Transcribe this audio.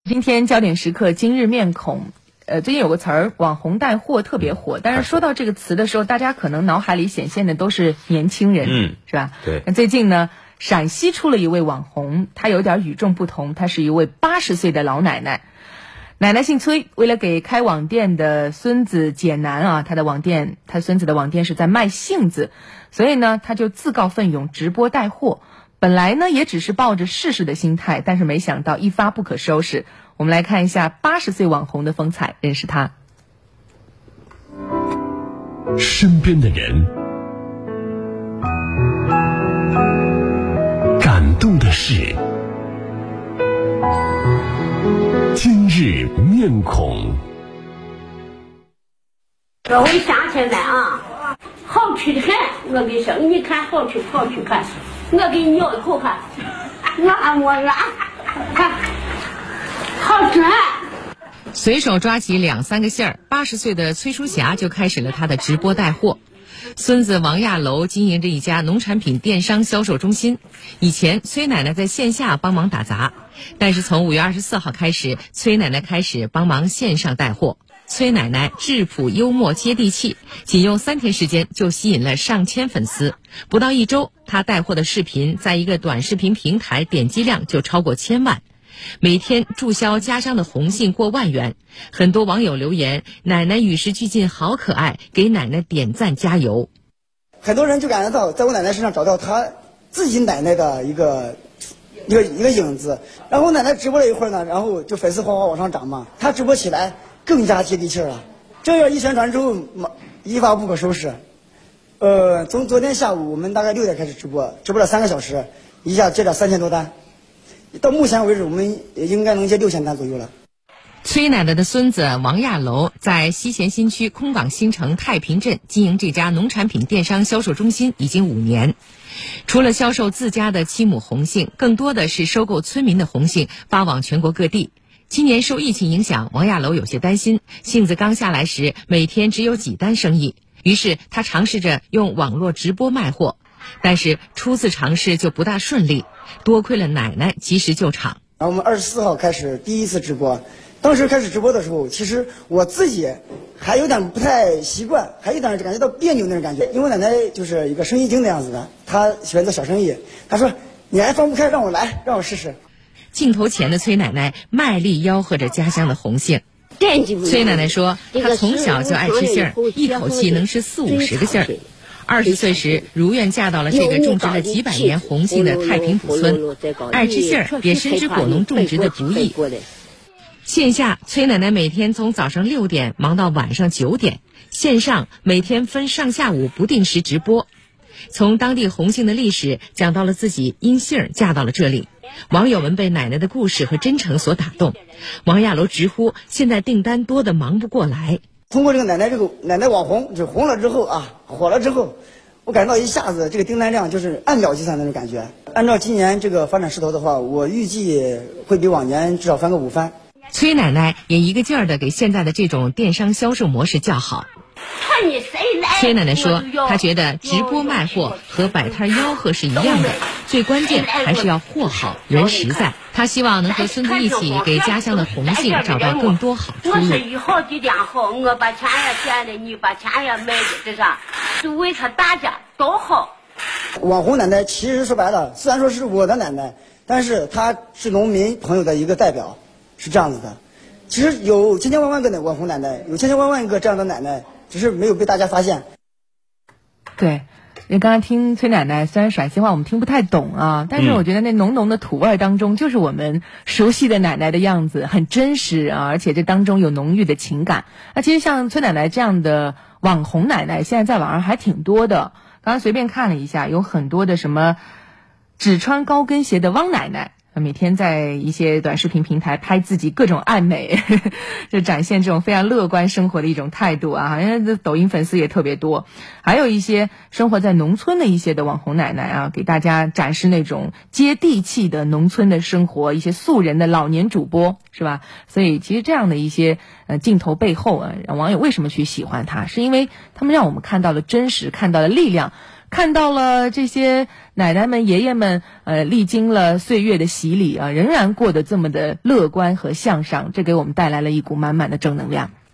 今天焦点时刻今日面孔，最近有个词儿网红带货特别火，但是说到这个词的时候，大家可能脑海里显现的都是年轻人，是吧？ 对。 那最近呢，陕西出了一位网红，她有点与众不同，她是一位80岁的老奶奶。奶奶姓崔，为了给开网店的孙子解难啊，她孙子的网店是在卖杏子，所以呢，她就自告奋勇直播带货。本来呢也只是抱着试试的心态，但是没想到一发不可收拾。我们来看一下80岁网红的风采，认识他。 身边的人，感动的事，今日面孔。 我想现在啊，好吃的很，我跟你说，你看好吃不好吃看，我给你咬一口看，看，好吃。 随手抓起2-3个馅儿，80岁的崔淑霞就开始了她的直播带货。孙子王亚楼经营着一家农产品电商销售中心。以前崔奶奶在线下帮忙打杂，但是从5月24号开始，崔奶奶开始帮忙线上带货。崔奶奶质朴幽默接地气，仅用3天时间就吸引了上千粉丝。不到1周，她带货的视频在一个短视频平台点击量就超过1000万。每天注销家乡的红杏过万元，很多网友留言：“奶奶与时俱进，好可爱！”给奶奶点赞加油。 很多人就感觉到在我奶奶身上找到她自己奶奶的一个影子。然后我奶奶直播了一会儿呢，然后就粉丝哗哗往上涨嘛，她直播起来更加接地气了。这样一宣传之后，一发不可收拾。从昨天下午我们大概6点开始直播了3个小时，一下接了3000多单。到目前为止，我们应该能接6000单左右了。 崔奶奶的孙子王亚楼在西咸新区空港新城太平镇经营这家农产品电商销售中心已经5年。除了销售自家的7亩红杏，更多的是收购村民的红杏，发往全国各地。今年受疫情影响，王亚楼有些担心，杏子刚下来时每天只有几单生意，于是他尝试着用网络直播卖货。但是初次尝试就不大顺利，多亏了奶奶及时救场。 然后我们24号开始第一次直播，当时开始直播的时候，其实我自己还有点不太习惯，还有点感觉到别扭那种感觉，因为奶奶就是一个生意经那样子的，她喜欢做小生意，她说你还放不开，让我来，让我试试。 镜头前的崔奶奶卖力吆喝着家乡的红杏。崔奶奶说，她从小就爱吃杏儿，一口气能吃40-50个杏儿。20岁时如愿嫁到了这个种植了几百年红杏的太平埔村，爱吃杏儿也深知果农种植的不易。线下，崔奶奶每天从早上6点忙到晚上9点，线上每天分上下午不定时直播。从当地红杏的历史讲到了自己因杏儿嫁到了这里，网友们被奶奶的故事和真诚所打动。王亚楼直呼现在订单多得忙不过来。 通过这个奶奶网红就红了之后啊，火了之后，我感觉到一下子这个订单量就是按秒计算那种感觉。按照今年这个发展势头的话，我预计会比往年至少翻个5番。 崔奶奶也一个劲儿地给现在的这种电商销售模式叫好。崔奶奶说，她觉得直播卖货和摆摊吆喝是一样的，最关键还是要货好人实在。她希望能和孙子一起给家乡的红杏找到更多好出路。 我生意好，地点好，我把钱也赚了，你把钱也卖的，这啥是为他大家都好。 网红奶奶其实说白了，虽然说是我的奶奶，但是她是农民朋友的一个代表，是这样子的。其实有千千万万个网红奶奶，有千千万万个这样的奶奶，只是没有被大家发现。 对，因为刚才听崔奶奶，虽然陕西话我们听不太懂啊，但是我觉得那浓浓的土味当中，就是我们熟悉的奶奶的样子，很真实啊，而且这当中有浓郁的情感。那其实像崔奶奶这样的网红奶奶，现在在网上还挺多的。刚刚随便看了一下，有很多的什么只穿高跟鞋的汪奶奶，每天在一些短视频平台拍自己各种爱美，就展现这种非常乐观生活的一种态度啊，好像抖音粉丝也特别多。还有一些生活在农村的一些的网红奶奶啊，给大家展示那种接地气的农村的生活，一些素人的老年主播，是吧？所以其实这样的一些镜头背后啊，网友为什么去喜欢它，是因为他们让我们看到了真实，看到了力量， 看到了这些奶奶们爷爷们历经了岁月的洗礼啊，仍然过得这么的乐观和向上，这给我们带来了一股满满的正能量。